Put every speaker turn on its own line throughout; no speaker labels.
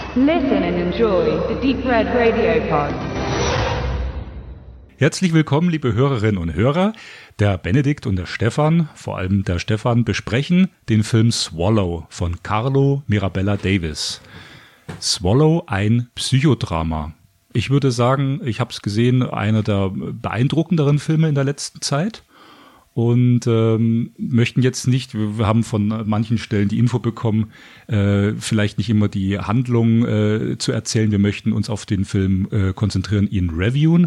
Listen and enjoy the Deep Red Radio Pod.
Herzlich willkommen, liebe Hörerinnen und Hörer. Der Benedikt und der Stefan, vor allem der Stefan, besprechen den Film Swallow von Carlo Mirabella Davis. Swallow, ein Psychodrama. Ich würde sagen, ich habe es gesehen, einer der beeindruckenderen Filme in der letzten Zeit. Und möchten jetzt nicht, wir haben von manchen Stellen die Info bekommen, vielleicht nicht immer die Handlung zu erzählen. Wir möchten uns auf den Film konzentrieren, ihn reviewen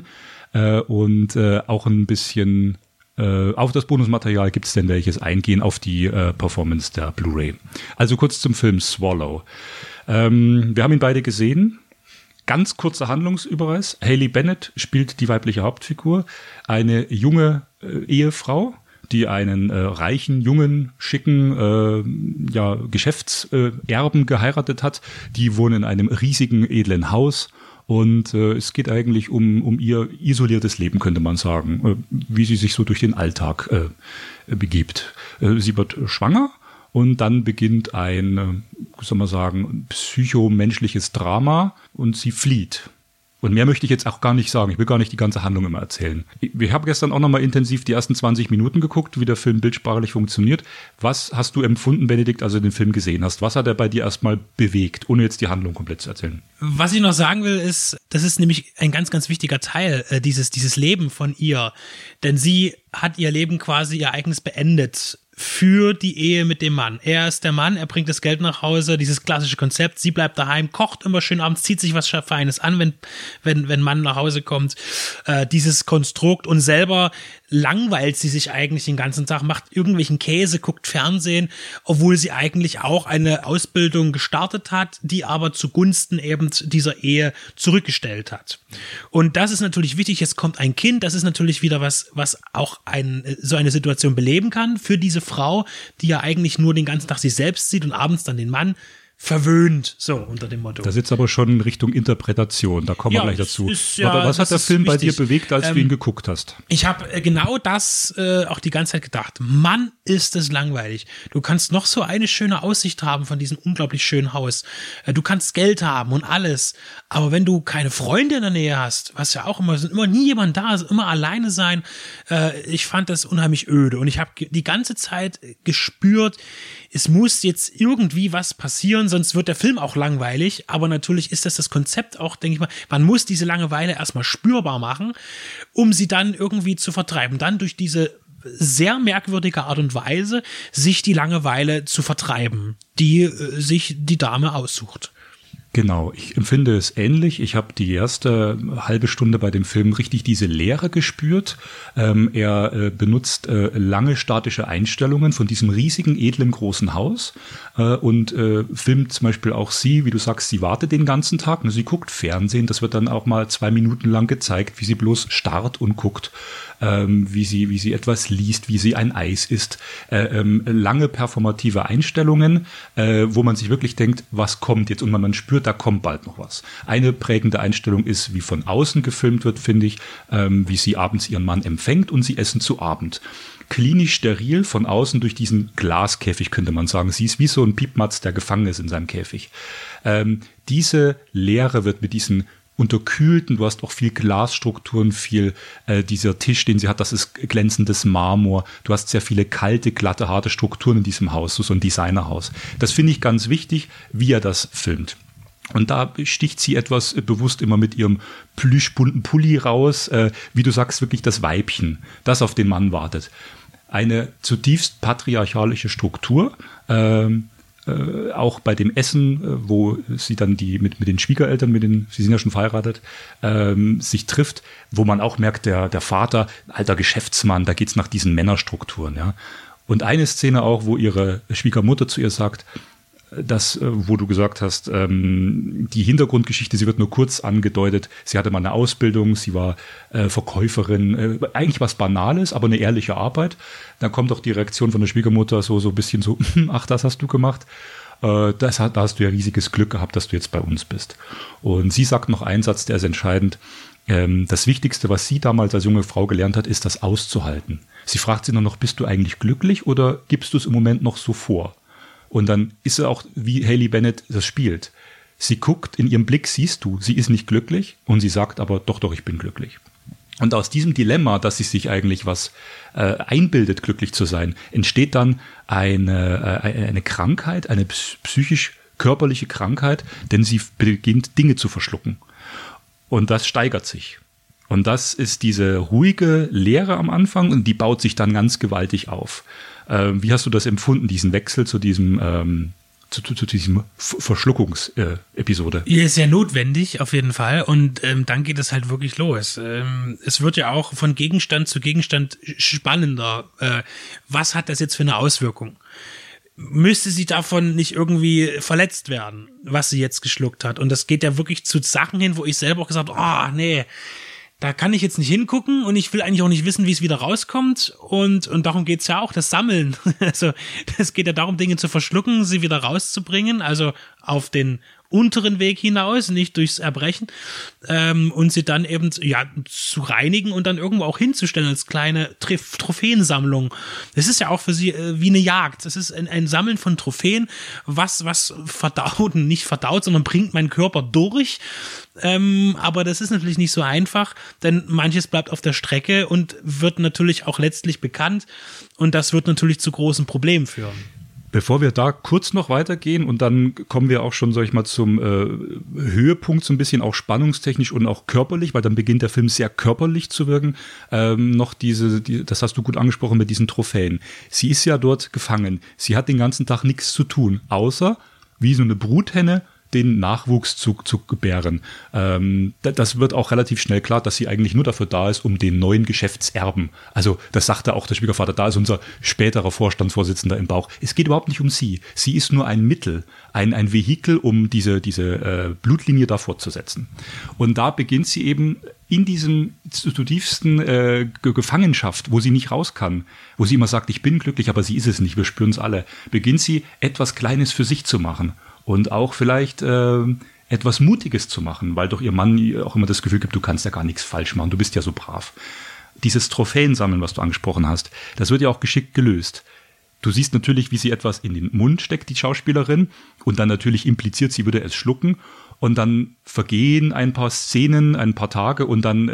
und auch ein bisschen auf das Bonusmaterial, gibt es denn welches, eingehen auf die Performance der Blu-ray. Also kurz zum Film Swallow. Wir haben ihn beide gesehen. Ganz kurzer Handlungsüberriss. Hayley Bennett spielt die weibliche Hauptfigur, eine junge Ehefrau, die einen reichen, jungen, schicken Geschäftserben geheiratet hat. Die wohnen in einem riesigen, edlen Haus und es geht eigentlich um ihr isoliertes Leben, könnte man sagen, wie sie sich so durch den Alltag begibt. Sie wird schwanger. Und dann beginnt ein, soll man sagen, psychomenschliches Drama und sie flieht. Und mehr möchte ich jetzt auch gar nicht sagen. Ich will gar nicht die ganze Handlung immer erzählen. Ich habe gestern auch nochmal intensiv die ersten 20 Minuten geguckt, wie der Film bildsprachlich funktioniert. Was hast du empfunden, Benedikt, als du den Film gesehen hast? Was hat er bei dir erstmal bewegt, ohne jetzt die Handlung komplett zu erzählen?
Was ich noch sagen will, ist, das ist nämlich ein ganz, ganz wichtiger Teil, dieses Leben von ihr. Denn sie hat ihr Leben quasi, ihr eigenes beendet für die Ehe mit dem Mann. Er ist der Mann, er bringt das Geld nach Hause, dieses klassische Konzept, sie bleibt daheim, kocht immer schön abends, zieht sich was Feines an, wenn Mann nach Hause kommt, dieses Konstrukt, und selber langweilt sie sich eigentlich den ganzen Tag, macht irgendwelchen Käse, guckt Fernsehen, obwohl sie eigentlich auch eine Ausbildung gestartet hat, die aber zugunsten eben dieser Ehe zurückgestellt hat. Und das ist natürlich wichtig, jetzt kommt ein Kind, das ist natürlich wieder was auch so eine Situation beleben kann für diese Frau, die ja eigentlich nur den ganzen Tag sich selbst sieht und abends dann den Mann verwöhnt, so unter dem Motto.
Das ist jetzt aber schon in Richtung Interpretation, da kommen wir gleich dazu. Aber was hat der Film bei dir bewegt, als du ihn geguckt hast?
Ich habe genau das auch die ganze Zeit gedacht. Mann, ist es langweilig. Du kannst noch so eine schöne Aussicht haben von diesem unglaublich schönen Haus. Du kannst Geld haben und alles, aber wenn du keine Freunde in der Nähe hast, was ja auch immer, sind immer nie jemand da, also immer alleine sein, ich fand das unheimlich öde und ich habe die ganze Zeit gespürt, es muss jetzt irgendwie was passieren, sonst wird der Film auch langweilig, aber natürlich ist das Konzept auch, denke ich mal, man muss diese Langeweile erstmal spürbar machen, um sie dann irgendwie zu vertreiben, dann durch diese sehr merkwürdige Art und Weise, sich die Langeweile zu vertreiben, die sich die Dame aussucht.
Genau, ich empfinde es ähnlich. Ich habe die erste halbe Stunde bei dem Film richtig diese Leere gespürt. Er benutzt lange statische Einstellungen von diesem riesigen, edlen, großen Haus und filmt zum Beispiel auch sie, wie du sagst, sie wartet den ganzen Tag. Sie guckt Fernsehen, das wird dann auch mal 2 Minuten lang gezeigt, wie sie bloß starrt und guckt, wie sie etwas liest, wie sie ein Eis isst. Lange performative Einstellungen, wo man sich wirklich denkt, was kommt jetzt? Und man spürt, da kommt bald noch was. Eine prägende Einstellung ist, wie von außen gefilmt wird, finde ich, wie sie abends ihren Mann empfängt und sie essen zu Abend. Klinisch steril von außen durch diesen Glaskäfig, könnte man sagen. Sie ist wie so ein Piepmatz, der gefangen ist in seinem Käfig. Diese Leere wird mit diesen unterkühlten, du hast auch viel Glasstrukturen, viel dieser Tisch, den sie hat, das ist glänzendes Marmor. Du hast sehr viele kalte, glatte, harte Strukturen in diesem Haus, so ein Designerhaus. Das finde ich ganz wichtig, wie er das filmt. Und da sticht sie etwas bewusst immer mit ihrem plüschbunten Pulli raus, wie du sagst, wirklich das Weibchen, das auf den Mann wartet. Eine zutiefst patriarchalische Struktur, auch bei dem Essen, wo sie dann mit den Schwiegereltern, sie sind ja schon verheiratet, sich trifft, wo man auch merkt, der Vater, alter Geschäftsmann, da geht's nach diesen Männerstrukturen. Ja. Und eine Szene auch, wo ihre Schwiegermutter zu ihr sagt, das, wo du gesagt hast, die Hintergrundgeschichte, sie wird nur kurz angedeutet, sie hatte mal eine Ausbildung, sie war Verkäuferin, eigentlich was Banales, aber eine ehrliche Arbeit. Dann kommt auch die Reaktion von der Schwiegermutter so ein bisschen so, ach, das hast du gemacht. Da hast du ja riesiges Glück gehabt, dass du jetzt bei uns bist. Und sie sagt noch einen Satz, der ist entscheidend. Das Wichtigste, was sie damals als junge Frau gelernt hat, ist das auszuhalten. Sie fragt sie nur noch, bist du eigentlich glücklich oder gibst du es im Moment noch so vor? Und dann ist er auch, wie Hayley Bennett das spielt. Sie guckt, in ihrem Blick siehst du, sie ist nicht glücklich und sie sagt aber, doch, ich bin glücklich. Und aus diesem Dilemma, dass sie sich eigentlich was einbildet, glücklich zu sein, entsteht dann eine Krankheit, eine psychisch-körperliche Krankheit, denn sie beginnt Dinge zu verschlucken. Und das steigert sich. Und das ist diese ruhige Leere am Anfang und die baut sich dann ganz gewaltig auf. Wie hast du das empfunden, diesen Wechsel zu diesem Verschluckungsepisode?
Hier ist ja notwendig, auf jeden Fall. Und dann geht es halt wirklich los. Es wird ja auch von Gegenstand zu Gegenstand spannender. Was hat das jetzt für eine Auswirkung? Müsste sie davon nicht irgendwie verletzt werden, was sie jetzt geschluckt hat? Und das geht ja wirklich zu Sachen hin, wo ich selber auch gesagt habe, nee, da kann ich jetzt nicht hingucken und ich will eigentlich auch nicht wissen, wie es wieder rauskommt. Und darum geht's ja auch, das Sammeln. Also es geht ja darum, Dinge zu verschlucken, sie wieder rauszubringen, also auf den unteren Weg hinaus, nicht durchs Erbrechen, und sie dann eben zu reinigen und dann irgendwo auch hinzustellen als kleine Trophäensammlung. Das ist ja auch für sie wie eine Jagd. Das ist ein Sammeln von Trophäen, was verdaut, nicht verdaut, sondern bringt meinen Körper durch. Aber das ist natürlich nicht so einfach, denn manches bleibt auf der Strecke und wird natürlich auch letztlich bekannt und das wird natürlich zu großen Problemen führen.
Bevor wir da kurz noch weitergehen und dann kommen wir auch schon, sag ich mal, zum Höhepunkt so ein bisschen auch spannungstechnisch und auch körperlich, weil dann beginnt der Film sehr körperlich zu wirken, noch das hast du gut angesprochen mit diesen Trophäen. Sie ist ja dort gefangen. Sie hat den ganzen Tag nichts zu tun, außer wie so eine Bruthenne den Nachwuchs zu gebären. Das wird auch relativ schnell klar, dass sie eigentlich nur dafür da ist, um den neuen Geschäftserben, also das sagte auch der Schwiegervater, da ist unser späterer Vorstandsvorsitzender im Bauch. Es geht überhaupt nicht um sie. Sie ist nur ein Mittel, ein Vehikel, um diese Blutlinie da fortzusetzen. Und da beginnt sie eben in diesem zutiefsten Gefangenschaft, wo sie nicht raus kann, wo sie immer sagt, ich bin glücklich, aber sie ist es nicht, wir spüren es alle, beginnt sie etwas Kleines für sich zu machen. Und auch vielleicht etwas Mutiges zu machen, weil doch ihr Mann auch immer das Gefühl gibt, du kannst ja gar nichts falsch machen, du bist ja so brav. Dieses Trophäensammeln, was du angesprochen hast, das wird ja auch geschickt gelöst. Du siehst natürlich, wie sie etwas in den Mund steckt, die Schauspielerin, und dann natürlich impliziert, sie würde es schlucken. Und dann vergehen ein paar Szenen, ein paar Tage und dann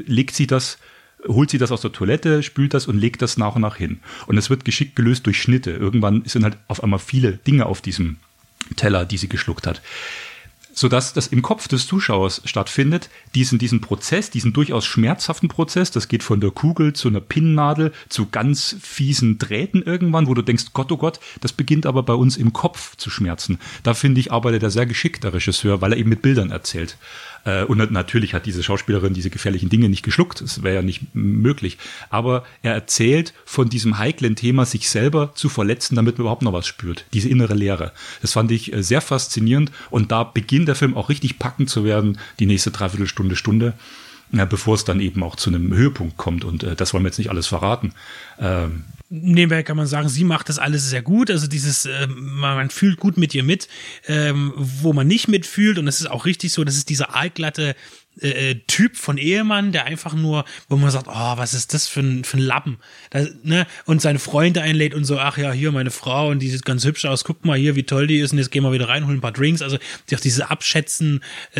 holt sie das aus der Toilette, spült das und legt das nach und nach hin. Und es wird geschickt gelöst durch Schnitte. Irgendwann sind halt auf einmal viele Dinge auf diesem Teller, die sie geschluckt hat. Sodass das im Kopf des Zuschauers stattfindet, diesen Prozess, diesen durchaus schmerzhaften Prozess, das geht von der Kugel zu einer Pinnnadel, zu ganz fiesen Drähten irgendwann, wo du denkst, Gott, oh Gott, das beginnt aber bei uns im Kopf zu schmerzen. Da finde ich, arbeitet er sehr geschickt, der Regisseur, weil er eben mit Bildern erzählt. Und natürlich hat diese Schauspielerin diese gefährlichen Dinge nicht geschluckt, das wäre ja nicht möglich. Aber er erzählt von diesem heiklen Thema, sich selber zu verletzen, damit man überhaupt noch was spürt. Diese innere Leere. Das fand ich sehr faszinierend und da beginnt der Film auch richtig packend zu werden, die nächste Dreiviertelstunde, bevor es dann eben auch zu einem Höhepunkt kommt. Und das wollen wir jetzt nicht alles verraten.
Nebenbei kann man sagen, sie macht das alles sehr gut, also man fühlt gut mit ihr mit, wo man nicht mitfühlt, und das ist auch richtig so, das ist dieser aalglatte Typ von Ehemann, der einfach nur, wo man sagt, was ist das für ein Lappen, und seine Freunde einlädt und so, ach ja, hier meine Frau und die sieht ganz hübsch aus, guck mal hier, wie toll die ist, und jetzt gehen wir wieder rein, holen ein paar Drinks, also auch dieses Abschätzen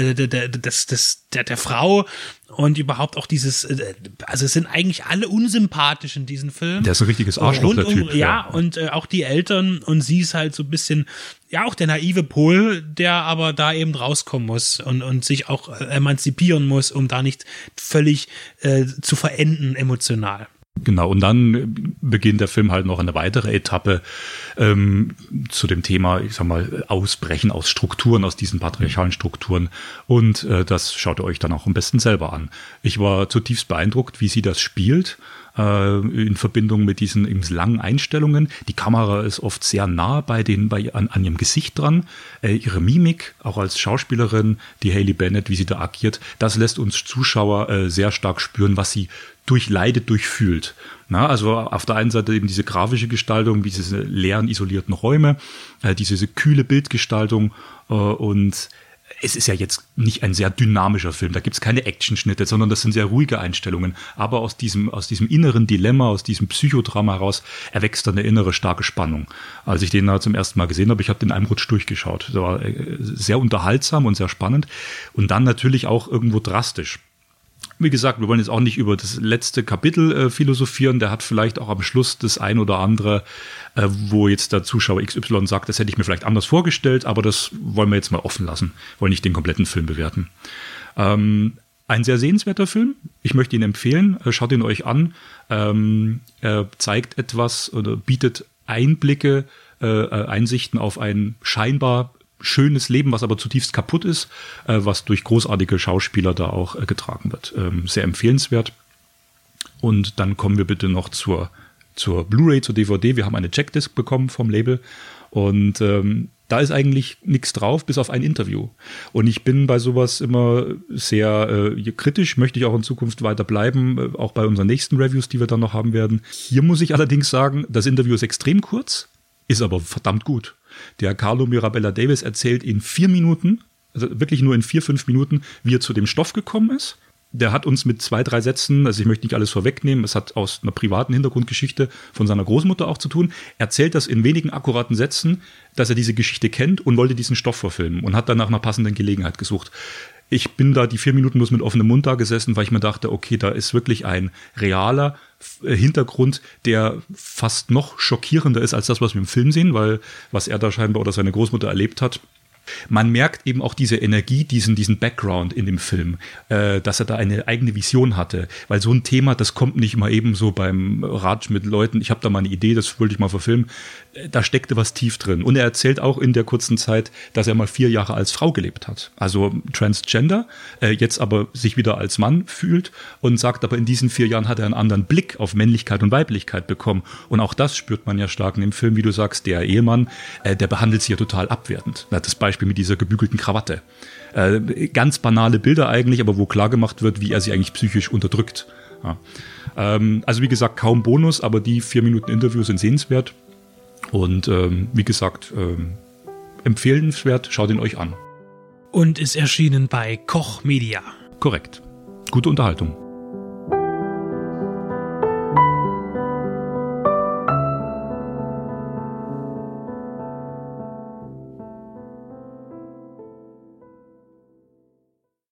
der Frau und überhaupt auch dieses, also es sind eigentlich alle unsympathisch in diesem Film.
Der ist ein richtiges Arschloch, der Typ.
Ja, und auch die Eltern, und sie ist halt so ein bisschen, ja, auch der naive Pol, der aber da eben rauskommen muss und sich auch emanzipieren muss, um da nicht völlig zu verenden emotional.
Genau, und dann beginnt der Film halt noch eine weitere Etappe zu dem Thema, ich sag mal, Ausbrechen aus Strukturen, aus diesen patriarchalen Strukturen. Und das schaut ihr euch dann auch am besten selber an. Ich war zutiefst beeindruckt, wie sie das spielt, in Verbindung mit diesen eben langen Einstellungen. Die Kamera ist oft sehr nah an ihrem Gesicht dran. Ihre Mimik, auch als Schauspielerin, die Hayley Bennett, wie sie da agiert, das lässt uns Zuschauer sehr stark spüren, was sie durchfühlt. Also auf der einen Seite eben diese grafische Gestaltung, diese leeren, isolierten Räume, diese kühle Bildgestaltung und es ist ja jetzt nicht ein sehr dynamischer Film, da gibt's keine Actionschnitte, sondern das sind sehr ruhige Einstellungen. Aber aus diesem inneren Dilemma, aus diesem Psychodrama heraus erwächst dann eine innere starke Spannung. Als ich den da zum ersten Mal gesehen habe, ich habe den in einem Rutsch durchgeschaut. Das war sehr unterhaltsam und sehr spannend und dann natürlich auch irgendwo drastisch. Wie gesagt, wir wollen jetzt auch nicht über das letzte Kapitel philosophieren. Der hat vielleicht auch am Schluss das ein oder andere, wo jetzt der Zuschauer XY sagt, das hätte ich mir vielleicht anders vorgestellt, aber das wollen wir jetzt mal offen lassen. Wollen nicht den kompletten Film bewerten. Ein sehr sehenswerter Film. Ich möchte ihn empfehlen. Schaut ihn euch an. Er zeigt etwas oder bietet Einblicke, Einsichten auf ein scheinbar schönes Leben, was aber zutiefst kaputt ist, was durch großartige Schauspieler da auch getragen wird. Sehr empfehlenswert. Und dann kommen wir bitte noch zur Blu-ray, zur DVD. Wir haben eine Checkdisc bekommen vom Label und da ist eigentlich nichts drauf, bis auf ein Interview. Und ich bin bei sowas immer sehr kritisch, möchte ich auch in Zukunft weiter bleiben, auch bei unseren nächsten Reviews, die wir dann noch haben werden. Hier muss ich allerdings sagen, das Interview ist extrem kurz, ist aber verdammt gut. Der Carlo Mirabella Davis erzählt in 4 Minuten, also wirklich nur in 4-5 Minuten, wie er zu dem Stoff gekommen ist. Der hat uns mit 2-3 Sätzen, also ich möchte nicht alles vorwegnehmen, es hat aus einer privaten Hintergrundgeschichte von seiner Großmutter auch zu tun, erzählt das in wenigen akkuraten Sätzen, dass er diese Geschichte kennt und wollte diesen Stoff verfilmen und hat dann nach einer passenden Gelegenheit gesucht. Ich bin da die 4 Minuten bloß mit offenem Mund da gesessen, weil ich mir dachte, okay, da ist wirklich ein realer Hintergrund, der fast noch schockierender ist als das, was wir im Film sehen, weil was er da scheinbar oder seine Großmutter erlebt hat. Man merkt eben auch diese Energie, diesen Background in dem Film, dass er da eine eigene Vision hatte. Weil so ein Thema, das kommt nicht mal eben so beim Ratsch mit Leuten, ich habe da mal eine Idee, das wollte ich mal verfilmen. Da steckte was tief drin. Und er erzählt auch in der kurzen Zeit, dass er mal 4 Jahre als Frau gelebt hat. Also Transgender, jetzt aber sich wieder als Mann fühlt und sagt, aber in diesen 4 Jahren hat er einen anderen Blick auf Männlichkeit und Weiblichkeit bekommen. Und auch das spürt man ja stark in dem Film, wie du sagst, der Ehemann, der behandelt sie ja total abwertend. Das Beispiel mit dieser gebügelten Krawatte. Ganz banale Bilder eigentlich, aber wo klar gemacht wird, wie er sie eigentlich psychisch unterdrückt. Ja. Also wie gesagt, kaum Bonus, aber die 4 Minuten Interview sind sehenswert. Und wie gesagt, empfehlenswert, schaut ihn euch an.
Und ist erschienen bei Koch Media.
Korrekt. Gute Unterhaltung.